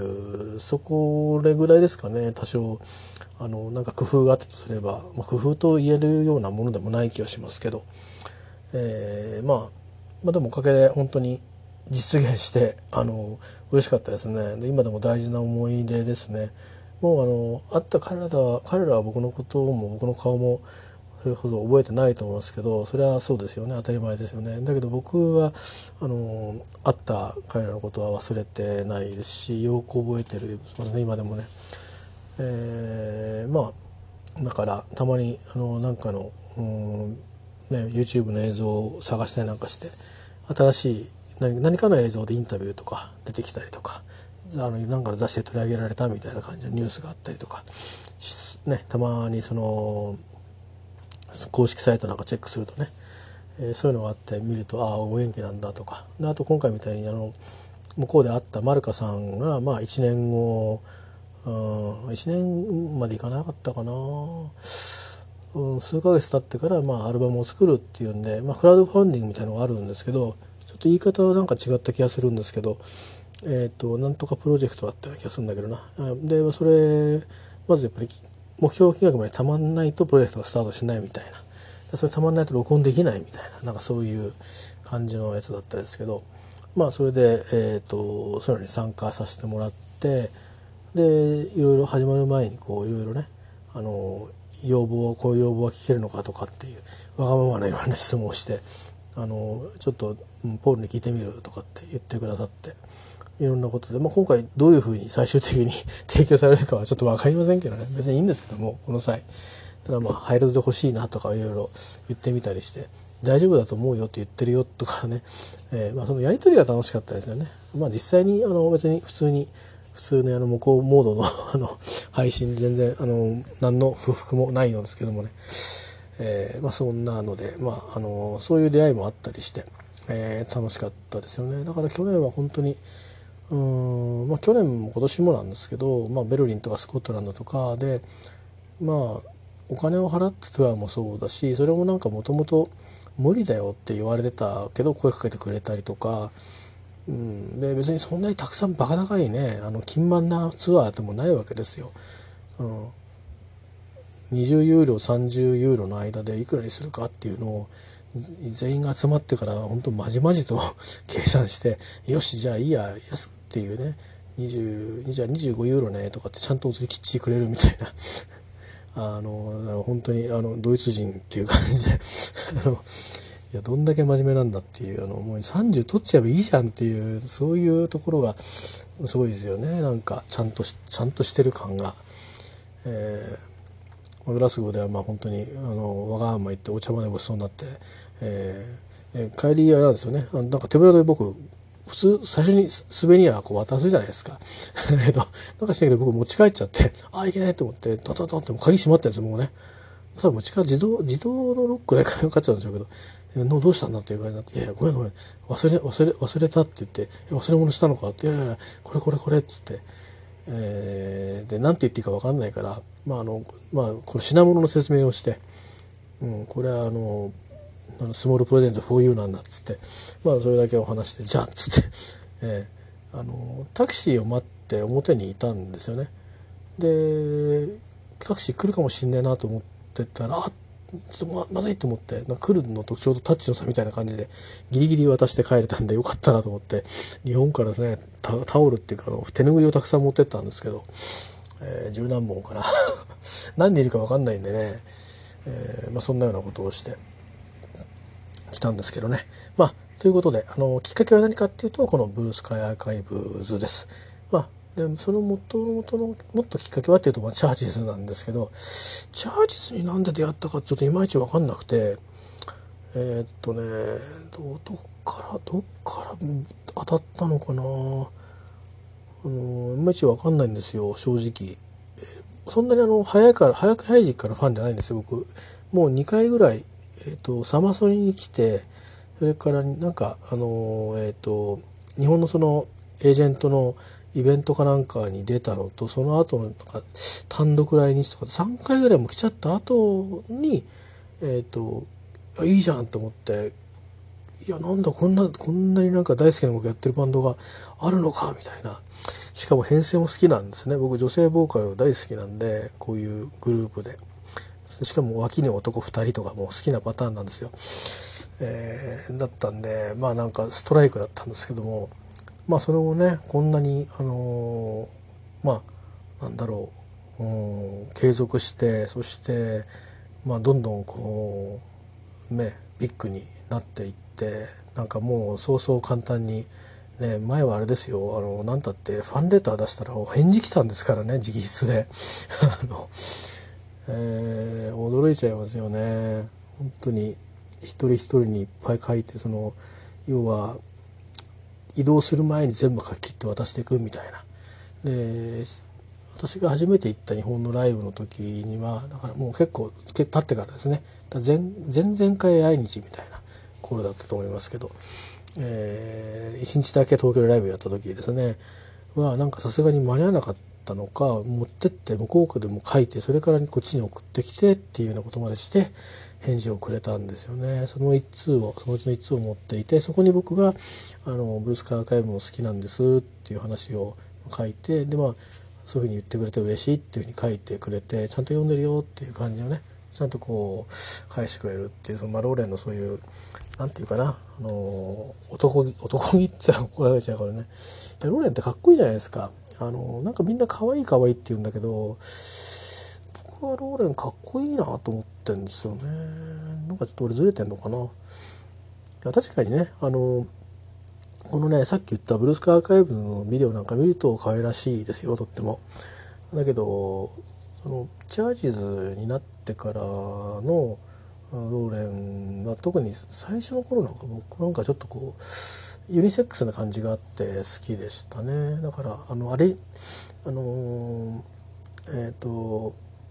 そこれぐらいですかね。多少あのなんか工夫があったとすれば、まあ、工夫と言えるようなものでもない気がしますけど、えー、まあ、まあでもおかげで本当に実現してあの嬉しかったですね。で今でも大事な思い出ですね。もうあの会った彼らは彼らは僕のことも僕の顔もそれほど覚えてないと思いますけど、それはそうですよね、当たり前ですよね。だけど僕はあの会った彼らのことは忘れてないですし、よく覚えてるそうですね、今でもね。えー、まあだからたまにあのなんかの、うんね、YouTube の映像を探したりなんかして、新しい 何, 何かの映像でインタビューとか出てきたりとか、あのなんかの雑誌で取り上げられたみたいな感じのニュースがあったりとか、ね、たまにその公式サイトなんかチェックするとね、えー、そういうのがあって見ると、ああお元気なんだとかで、あと今回みたいにあの向こうで会ったマルカさんがまあいちねんご、うん、いちねんまでいかなかったかな、うん、数ヶ月経ってからまあアルバムを作るっていうんで、まあ、クラウドファンディングみたいなのがあるんですけど、ちょっと言い方はなんか違った気がするんですけど、えー、となんとかプロジェクトだったような気がするんだけどな。でそれまずやっぱり目標金額までたまんないとプロジェクトがスタートしないみたいな、それたまんないと録音できないみたいな、なんかそういう感じのやつだったんですけど、まあそれで、えー、とそういうのに参加させてもらって、でいろいろ始まる前にこういろいろね、あの要望こういう要望は聞けるのかとかっていうわがままないろんな質問をして、あのちょっとポールに聞いてみるとかって言ってくださって、いろんなことで、まあ、今回どういうふうに最終的に提供されるかはちょっと分かりませんけどね、別にいいんですけども、この際ただまあハイライトで欲しいなとかいろいろ言ってみたりして、大丈夫だと思うよって言ってるよとかね、えー、まあそのやり取りが楽しかったですよね。まあ実際にあの別に普通に普通にあの向こうモードのあの配信全然あの何の不服もないのですけどもね、えー、まあそんなので、まああのそういう出会いもあったりして、えー、楽しかったですよね。だから去年は本当にうーん、まあ、去年も今年もなんですけど、まあ、ベルリンとかスコットランドとかで、まあ、お金を払ってツアーもそうだし、それもなんかもともと無理だよって言われてたけど声かけてくれたりとか、うん、で別にそんなにたくさんバカ高いねあの金満なツアーでもないわけですよ。うん、にじゅうユーロさんじゅうユーロの間でいくらにするかっていうのを全員が集まってから本当まじまじと計算して、よしじゃあいいや安っていうね、にじゅうじゃあにじゅうごユーロねとかってちゃんときっちりくれるみたいなあの本当にあのドイツ人っていう感じであのいやどんだけ真面目なんだっていう、あのもうさんじゅう取っちゃえばいいじゃんっていう、そういうところがすごいですよね。なんかちゃんとしちゃんとしてる感が、えー、グラスゴーではまあ本当にあのわがまま言ってお茶までごちそうになって、えー、帰りはなんですよね、あのなんか手ぶらで僕普通最初にスベニアこう渡すじゃないですかえっとなんかしないけど僕持ち帰っちゃって、ああいけないと思ってトントントンってもう鍵閉まってるんですよ。もうね、多分持ち帰自動自動のロックでかかっちゃうんでしょうけど、えのどうしたんだっていう感じになって、いやいやごめんごめん忘れ忘れ忘れたって言って、忘れ物したのかって、いやいやこれこれこれっつって、えー、で何て言っていいか分かんないから、まああのまあこの品物の説明をして、うん、これはあのスモールプレゼント フォーユー なんだっつって、まあそれだけお話してじゃあっつって、えー、あのタクシーを待って表にいたんですよね。でタクシー来るかもしんねえなと思ってたら、あちょっと ま, まずいと思って、なんか来るのとちょうどタッチの差みたいな感じでギリギリ渡して帰れたんでよかったなと思って、日本からですね タ, タオルっていうか手拭いをたくさん持ってったんですけど、えー、十何本から何人いるか分かんないんでね、えーまあ、そんなようなことをして来たんですけどね。まあということで、あのきっかけは何かっていうとこのブルースカイアーカイブズです。まあでその元々のもっときっかけはっていうと、まあ、チャーチズなんですけど、チャーチズになんで出会ったかちょっといまいち分かんなくて、えー、っとねどどっからどっから当たったのかな、あのいまいち分かんないんですよ正直。そんなにあの早いから早く早い時期からファンじゃないんですよ僕。もうにかいぐらい、えー、とサマソニに来て、それからなんかあのえっ、ー、と日本のそのエージェントのイベントかなんかに出たのと、その後のなんか単独来日とかさんかいぐらいも来ちゃった後に、えっ、ー、といいじゃんと思って、いやなんだこんなこんなになんか大好きな僕やってるバンドがあるのかみたいな。しかも編成も好きなんですね。僕女性ボーカル大好きなんで、こういうグループで、しかも脇に男ふたりとかも好きなパターンなんですよ。えー、だったんでまあなんかストライクだったんですけども、まあそれをねこんなにあのー、まあなんだろう、うん、継続して、そしてまあどんどんこうねビッグになっていって、なんかもうそうそう簡単にね、前はあれですよ、あのなんたってファンレター出したら返事来たんですからね、直筆であの、えー、驚いちゃいますよね本当に。一人一人にいっぱい書いて、その要は移動する前に全部書き切って渡していくみたいな。で私が初めて行った日本のライブの時にはだからもう結構経ってからですね、前前々回来日みたいな頃だったと思いますけど、えー、いちにちだけ東京でライブやった時ですねはなんかさすがに間に合わなかったのか、持ってって向こうでも書いて、それからこっちに送ってきてっていうようなことまでして返事をくれたんですよね。その一通をそのうちの一通を持っていて、そこに僕があのブルースカーアーカイブも好きなんですっていう話を書いて、でまあそういうふうに言ってくれて嬉しいっていうふうに書いてくれて、ちゃんと読んでるよっていう感じをねちゃんとこう返してくれるっていう、そのまあローレンのそういうなんていうかな、あの男気男気って言ったら怒られちゃうからね。いやローレンってかっこいいじゃないですか。あのなんかみんな可愛い可愛いって言うんだけど、僕はローレンかっこいいなと思ってるんですよね。なんかちょっと俺ずれてんのかな。いや確かにね、あのこのねさっき言ったブルースカーアーカイブのビデオなんか見ると可愛らしいですよ、とっても。だけどそのチャージーズになってからのローレンは特に最初の頃なんか僕なんかちょっとこうユニセックスな感じがあって好きでしたね。だからあのあれあのえっ、ー、と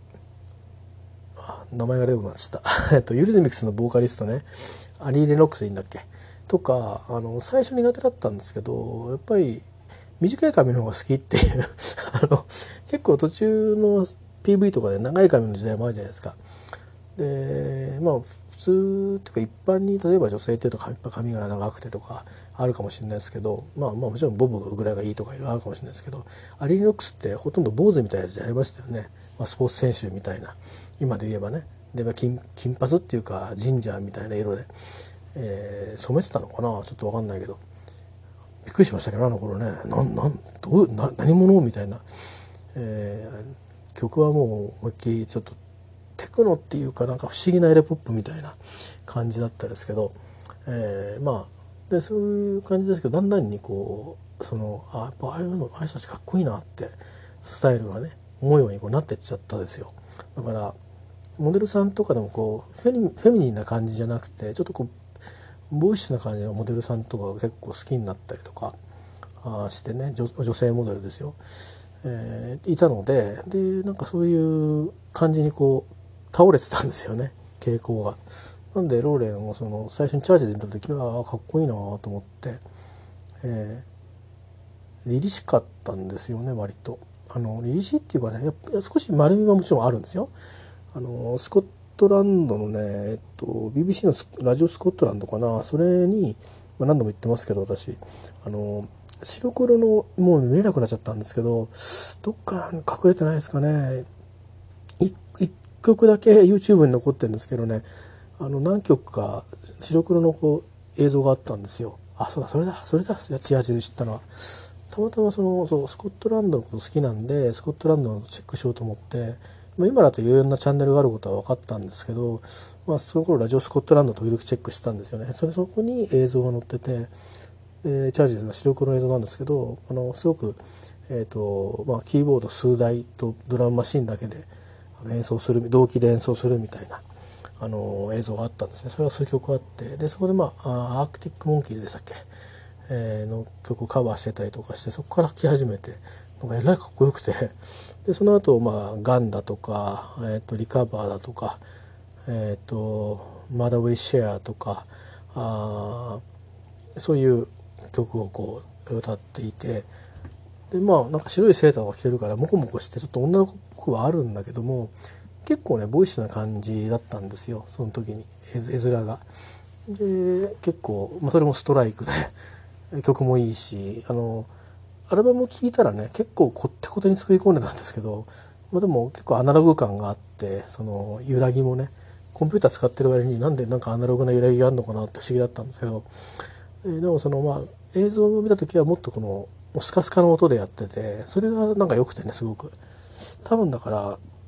名前が出てこなかったえっとユリズミックスのボーカリストね、アリー・レノックスでいいんだっけとか、あの最初苦手だったんですけど、やっぱり短い髪の方が好きっていうあの結構途中の ピーブイ とかで長い髪の時代もあるじゃないですか。でまあ普通っていうか一般に例えば女性っていうと髪が長くてとかあるかもしれないですけど、まあまあもちろんボブぐらいがいいとかいろいろあるかもしれないですけど、アリー・レノックスってほとんど坊主みたいな時代ありましたよね、まあ、スポーツ選手みたいな今で言えばね。で、まあ、金, 金髪っていうかジンジャーみたいな色で、えー、染めてたのかな、ちょっと分かんないけどびっくりしましたけどあの頃ね、なんなんどうな何者みたいな、えー、曲はもう思いっきりちょっとテクノっていうかなんか不思議なエレポップみたいな感じだったですけど、えー、まあでそういう感じですけど、だんだんにこうそのあやっぱああいうのああいう人たちかっこいいなってスタイルがね思うようにこうなってっちゃったですよ。だからモデルさんとかでもこうフェミ、フェミニンな感じじゃなくてちょっとこうボーイッシュな感じのモデルさんとかが結構好きになったりとかあしてね、 女, 女性モデルですよ、えー、いたので、でなんかそういう感じにこう倒れてたんですよね、傾向が。なんでローレンをその最初にチャージで見た時はかっこいいなと思って、えー、凛々しかったんですよね割と。あの凛々しいっていうかね、やっぱ少し丸みはもちろんあるんですよ。あのスコットランドのね、えっと、ビービーシー のラジオスコットランドかな、それに、まあ、何度も言ってますけど私あの白黒のもう見えなくなっちゃったんですけど、どっか隠れてないですかね、い一曲だけ YouTube に残ってるんですけどね、あの何曲か白黒のこう映像があったんですよ。あ、そうだそれだそれだやちやち知ったのはたまたまそのそうスコットランドのこと好きなんでスコットランドのチェックしようと思って、まあ、今だといろんなチャンネルがあることは分かったんですけど、まあ、その頃ラジオスコットランド時々チェックしてたんですよね。それそこに映像が載ってて、えー、チャージーズが白黒の映像なんですけど、あのすごく、えーとまあ、キーボード数台とドラムマシンだけで演奏する同期で演奏するみたいなあの映像があったんですね。それは数曲あって、でそこでまあアークティックモンキーでしたっけ、えー、の曲をカバーしてたりとかして、そこから聴き始めてなんかえらいかっこよくて、でその後まあガンだとか、えー、とリカバーだとか、えー、とマダウェイシェアとかあそういう曲をこう歌っていて、でまあなんか白いセーターを着てるからモコモコしてちょっと女の子っぽくはあるんだけども、結構ねボイッシュな感じだったんですよその時に絵面が。で結構、まあ、それもストライクで曲もいいし、あのアルバム聴いたらね結構こってこてに作り込んでたんですけど、まあ、でも結構アナログ感があって、その揺らぎもねコンピューター使ってる割になんでなんかアナログな揺らぎがあるのかなって不思議だったんですけど、えー、でもそのまあ映像を見た時はもっとこのスカスカの音でやってて、それがなんか良くてねすごく。多分だから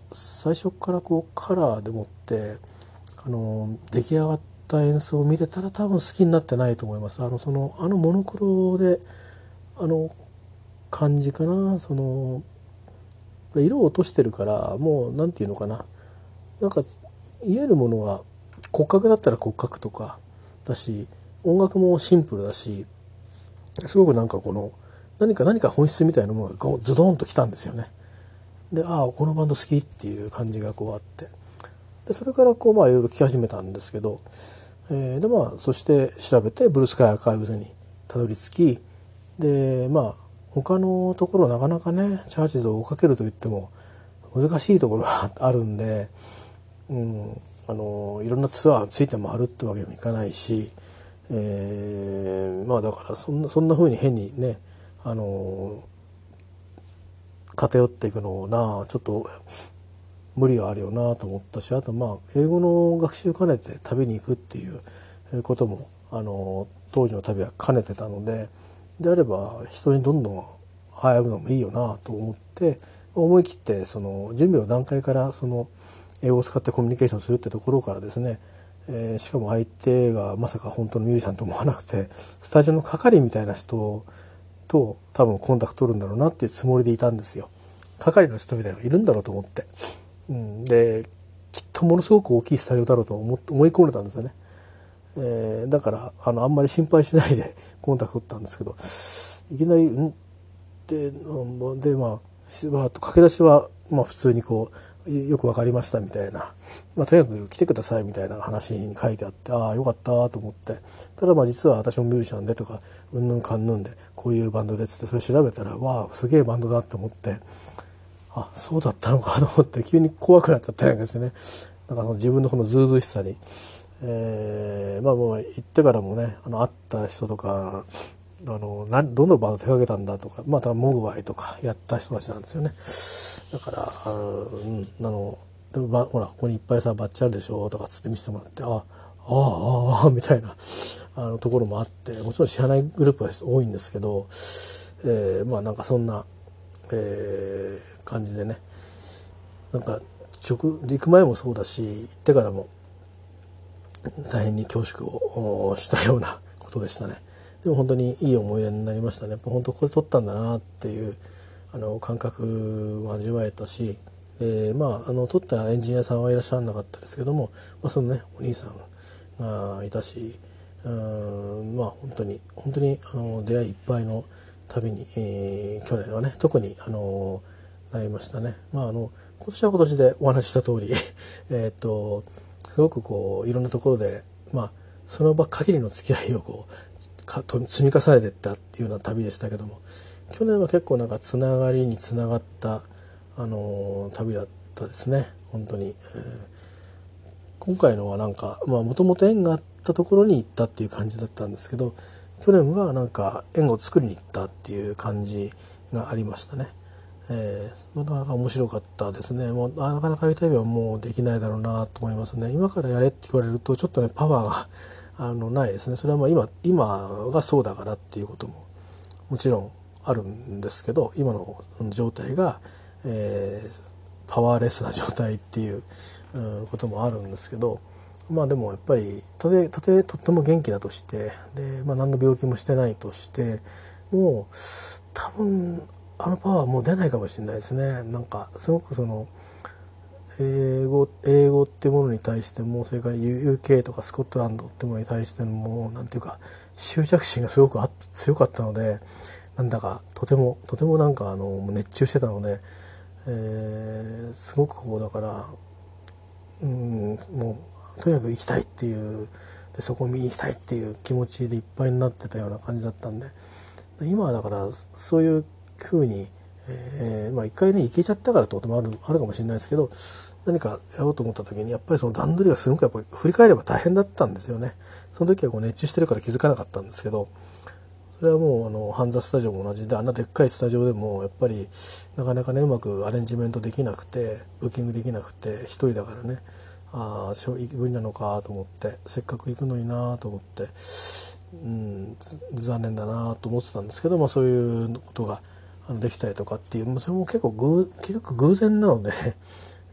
最初からこうカラーでもってあの出来上がった演奏を見てたら多分好きになってないと思います。あのそのあのモノクロであの感じかな。その色を落としてるからもうなんていうのかな、なんか言えるものが骨格だったら骨格とかだし、音楽もシンプルだし、すごくなんかこの何か何か本質みたいなものがこうズドンときたんですよね。で、ああこのバンド好きっていう感じがこうあって、でそれからこうまあいろいろ聴き始めたんですけど、えー、でまあそして調べてブルースカイアーカイブズにたどり着き、でまあ他のところなかなかねチャーチズを追っかけると言っても難しいところがあるんで、うん、あのいろんなツアーついて回るってわけにもいかないし、えー、まあだからそんなそんな風に変にねあの偏っていくのをなちょっと無理があるよなと思ったし、あとまあ英語の学習兼ねて旅に行くっていうこともあの当時の旅は兼ねてたので、であれば人にどんどん会えるのもいいよなと思って思い切ってその準備の段階からその英語を使ってコミュニケーションするってところからですね、えー、しかも相手がまさか本当のミュージシャンと思わなくてスタジオの係みたいな人と多分コンタクト取るんだろうなっていうつもりでいたんですよ。係の人みたいなのがいるんだろうと思って、うん、できっとものすごく大きいスタジオだろうと思思い込んでたんですよね。えー、だからあのあんまり心配しないでコンタクト取ったんですけど、いきなり「ん?」で、でまあ駆け出しはまあ普通にこうよく分かりましたみたいな、まあ、とにかく来てくださいみたいな話に書いてあって、ああよかったと思って、ただまあ実は私もミュージシャンでとかうんぬんかんぬんでこういうバンドでっつってそれ調べたらわあすげえバンドだと思って、あそうだったのかと思って急に怖くなっちゃったりなんかしてね、なんかその自分のこのズうずうしさに、えー、まあもう行ってからもねあの会った人とかあのどのバンド手掛けたんだとか、またモグワイとかやった人たちなんですよね。だからあの、うん、あのでもほらここにいっぱいさバッチあるでしょとかつって見せてもらって、ああああみたいなあのところもあって、もちろん知らないグループが多いんですけど、えー、まあなんかそんな、えー、感じでね、なんか直行く前もそうだし行ってからも大変に恐縮をしたようなことでしたね。でも本当にいい思い出になりましたね。やっぱ本当ここで撮ったんだなっていうあの感覚を味わえたし、えー、まああの撮ったエンジニアさんはいらっしゃらなかったですけども、まあ、そのねお兄さんがいたし、うんまあ本当に本当にあの出会いいっぱいの旅に、えー、去年はね特にあのなりましたね。まああの今年は今年でお話しした通りえっとすごくこういろんなところでまあその場限りの付き合いをこうかと積み重ねていったっていうような旅でしたけども、去年は結構なんかつながりにつながったあのー、旅だったですね本当に、えー、今回のはなんかまあもともと縁があったところに行ったっていう感じだったんですけど、去年はなんか縁を作りに行ったっていう感じがありましたね。えー、なかなか面白かったですね。もうなかなかやりたいはもうできないだろうなと思いますね。今からやれって言われるとちょっとねパワーがあのないですね。それはまあ今今がそうだからっていうことももちろんあるんですけど、今の状態が、えー、パワーレスな状態っていう、うん、こともあるんですけど、まあでもやっぱりたとえたとえとっても元気だとしてで、まあ、何の病気もしてないとしてもう多分あのパワーはもう出ないかもしれないですね。なんかすごくその英語英語っていうものに対しても、それから ユーケー とかスコットランドっていうものに対してもなんていうか執着心がすごくあ強かったので、なんだかとてもとてもなんかあの熱中してたので、えー、すごくこうだからうんもうとにかく行きたいっていうでそこを見に行きたいっていう気持ちでいっぱいになってたような感じだったんで、今はだからそういう風にえー、まあ一回ね行けちゃったからってこともあるあるかもしれないですけど、何かやろうと思った時にやっぱりその段取りがすごくやっぱり振り返れば大変だったんですよね。その時はこう熱中してるから気づかなかったんですけど、それはもうあのハンザスタジオも同じで、あんなでっかいスタジオでもやっぱりなかなかねうまくアレンジメントできなくてブッキングできなくて一人だからね、ああ無理なのかと思って、せっかく行くのになと思って、うん、残念だなと思ってたんですけど、まあそういうことができたりとかっていう、それも結構偶結局偶然なので、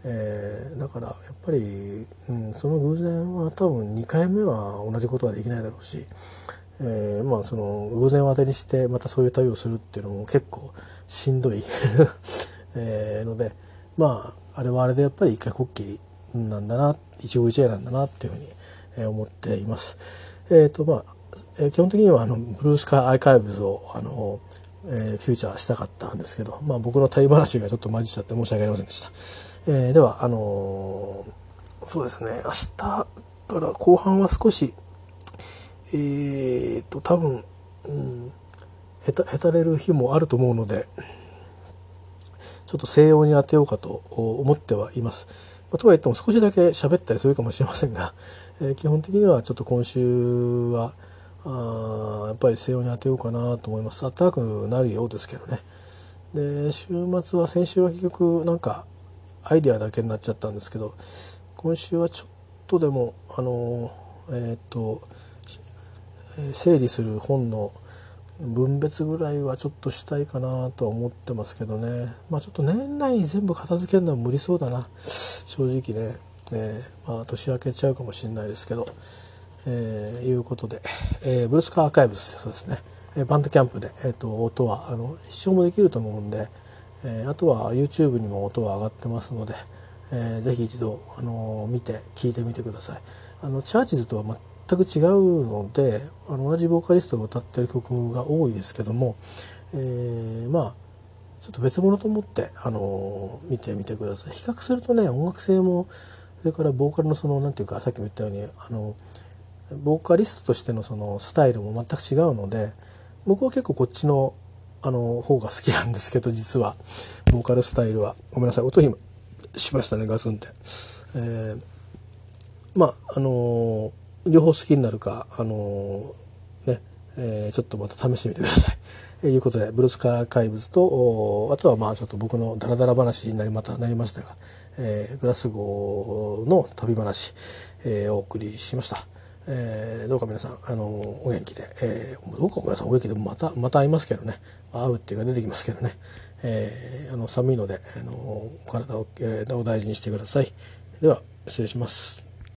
えー、だからやっぱり、うん、その偶然は多分にかいめは同じことはできないだろうし、えー、まあその偶然を当てにしてまたそういう旅をするっていうのも結構しんどい、えー、ので、まああれはあれでやっぱり一回こっきりなんだな、一期一会なんだなっていうふうに、えー、思っています。えーとまあえー、基本的にはあのブルースカイアーカイブズをあの、えー、フューチャーしたかったんですけど、まあ、僕の旅話がちょっと混じっちゃって申し訳ありませんでした。えー、ではあのー、そうですね、明日から後半は少しえーと多分、うん、へたへたれる日もあると思うので、ちょっと静養に当てようかと思ってはいます。まあ、とはいっても少しだけ喋ったりするかもしれませんが、えー、基本的にはちょっと今週はあやっぱり静養に当てようかなと思います。暖かくなるようですけどね。で週末は先週は結局なんかアイデアだけになっちゃったんですけど、今週はちょっとでもあのえっ、ー、と整理する本の分別ぐらいはちょっとしたいかなとは思ってますけどね。まあちょっと年内に全部片付けるのは無理そうだな、正直ね。えー、まあ年明けちゃうかもしれないですけど、えー、いうことで、えー、ブルースカーアーカイブス、そうですね、えー、バンドキャンプで、えー、と音はあの一生もできると思うんで、えー、あとは YouTube にも音は上がってますので、えー、ぜひ一度、あのー、見て聞いてみてください。あのチャーチズとは全く違うので、あの同じボーカリストが歌ってる曲が多いですけども、えー、まあちょっと別物と思って、あのー、見てみてください。比較するとね、音楽性もそれからボーカルのそのなんていうか、さっきも言ったようにあのボーカリストとしてのそのスタイルも全く違うので、僕は結構こっちのあの方が好きなんですけど、実はボーカルスタイルは、ごめんなさい、音今しましたね、ガスンって。えー、まああのー、両方好きになるか、あのー、ね、えー、ちょっとまた試してみてください。ということで、ブルースカーアーカイブズと、あとはまあちょっと僕のダラダラ話になりまたなりましたが、えー、グラスゴーの旅話、えー、お送りしました。えー、どうか皆さん、あのお元気で、えー、どうか皆さんお元気で、またまた会いますけどね、会うっていうか出てきますけどね、えー、あの寒いので、あのお体を、えー、お大事にしてください。では失礼します。